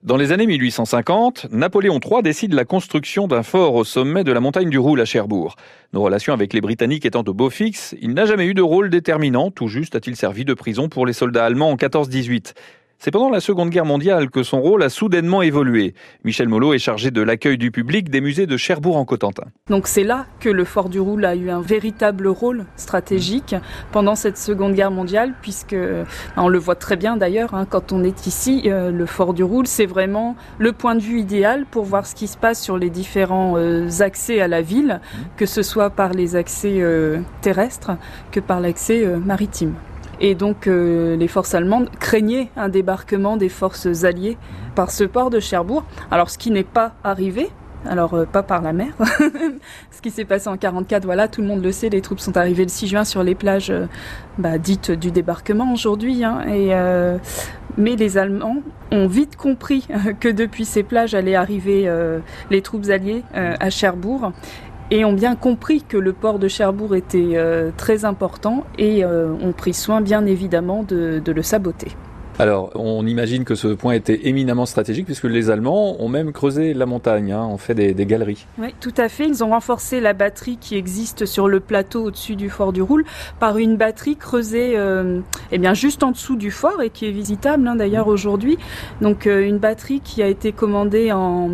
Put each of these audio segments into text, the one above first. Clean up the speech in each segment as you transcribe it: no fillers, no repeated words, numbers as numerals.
Dans les années 1850, Napoléon III décide la construction d'un fort au sommet de la montagne du Roule à Cherbourg. Nos relations avec les Britanniques étant au beau fixe, il n'a jamais eu de rôle déterminant, tout juste a-t-il servi de prison pour les soldats allemands en 14-18. C'est pendant la Seconde Guerre mondiale que son rôle a soudainement évolué. Michel Molot est chargé de l'accueil du public des musées de Cherbourg en Cotentin. Donc c'est là que le fort du Roule a eu un véritable rôle stratégique pendant cette Seconde Guerre mondiale, puisque on le voit très bien d'ailleurs, quand on est ici, le fort du Roule, c'est vraiment le point de vue idéal pour voir ce qui se passe sur les différents accès à la ville, que ce soit par les accès terrestres que par l'accès maritime. Et donc les forces allemandes craignaient un débarquement des forces alliées par ce port de Cherbourg. Alors ce qui n'est pas arrivé, pas par la mer. Ce qui s'est passé en 1944, voilà, tout le monde le sait, les troupes sont arrivées le 6 juin sur les plages dites du débarquement aujourd'hui. Mais les Allemands ont vite compris que depuis ces plages allaient arriver les troupes alliées à Cherbourg. Et ont bien compris que le port de Cherbourg était très important et ont pris soin bien évidemment de le saboter. Alors, on imagine que ce point était éminemment stratégique puisque les Allemands ont même creusé la montagne, ont fait des galeries. Oui, tout à fait. Ils ont renforcé la batterie qui existe sur le plateau au-dessus du fort du Roule par une batterie creusée juste en dessous du fort et qui est visitable d'ailleurs aujourd'hui. Donc une batterie qui a été commandée en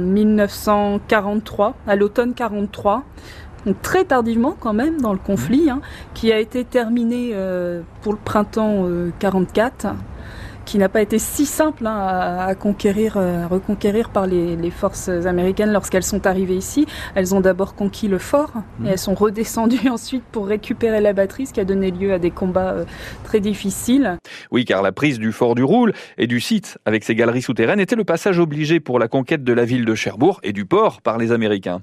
1943, à l'automne 43. Donc très tardivement quand même dans le conflit, qui a été terminée pour le printemps 44. Qui n'a pas été si simple à reconquérir par les forces américaines lorsqu'elles sont arrivées ici. Elles ont d'abord conquis le fort et elles sont redescendues ensuite pour récupérer la batterie, ce qui a donné lieu à des combats très difficiles. Oui, car la prise du fort du Roule et du site avec ses galeries souterraines était le passage obligé pour la conquête de la ville de Cherbourg et du port par les Américains.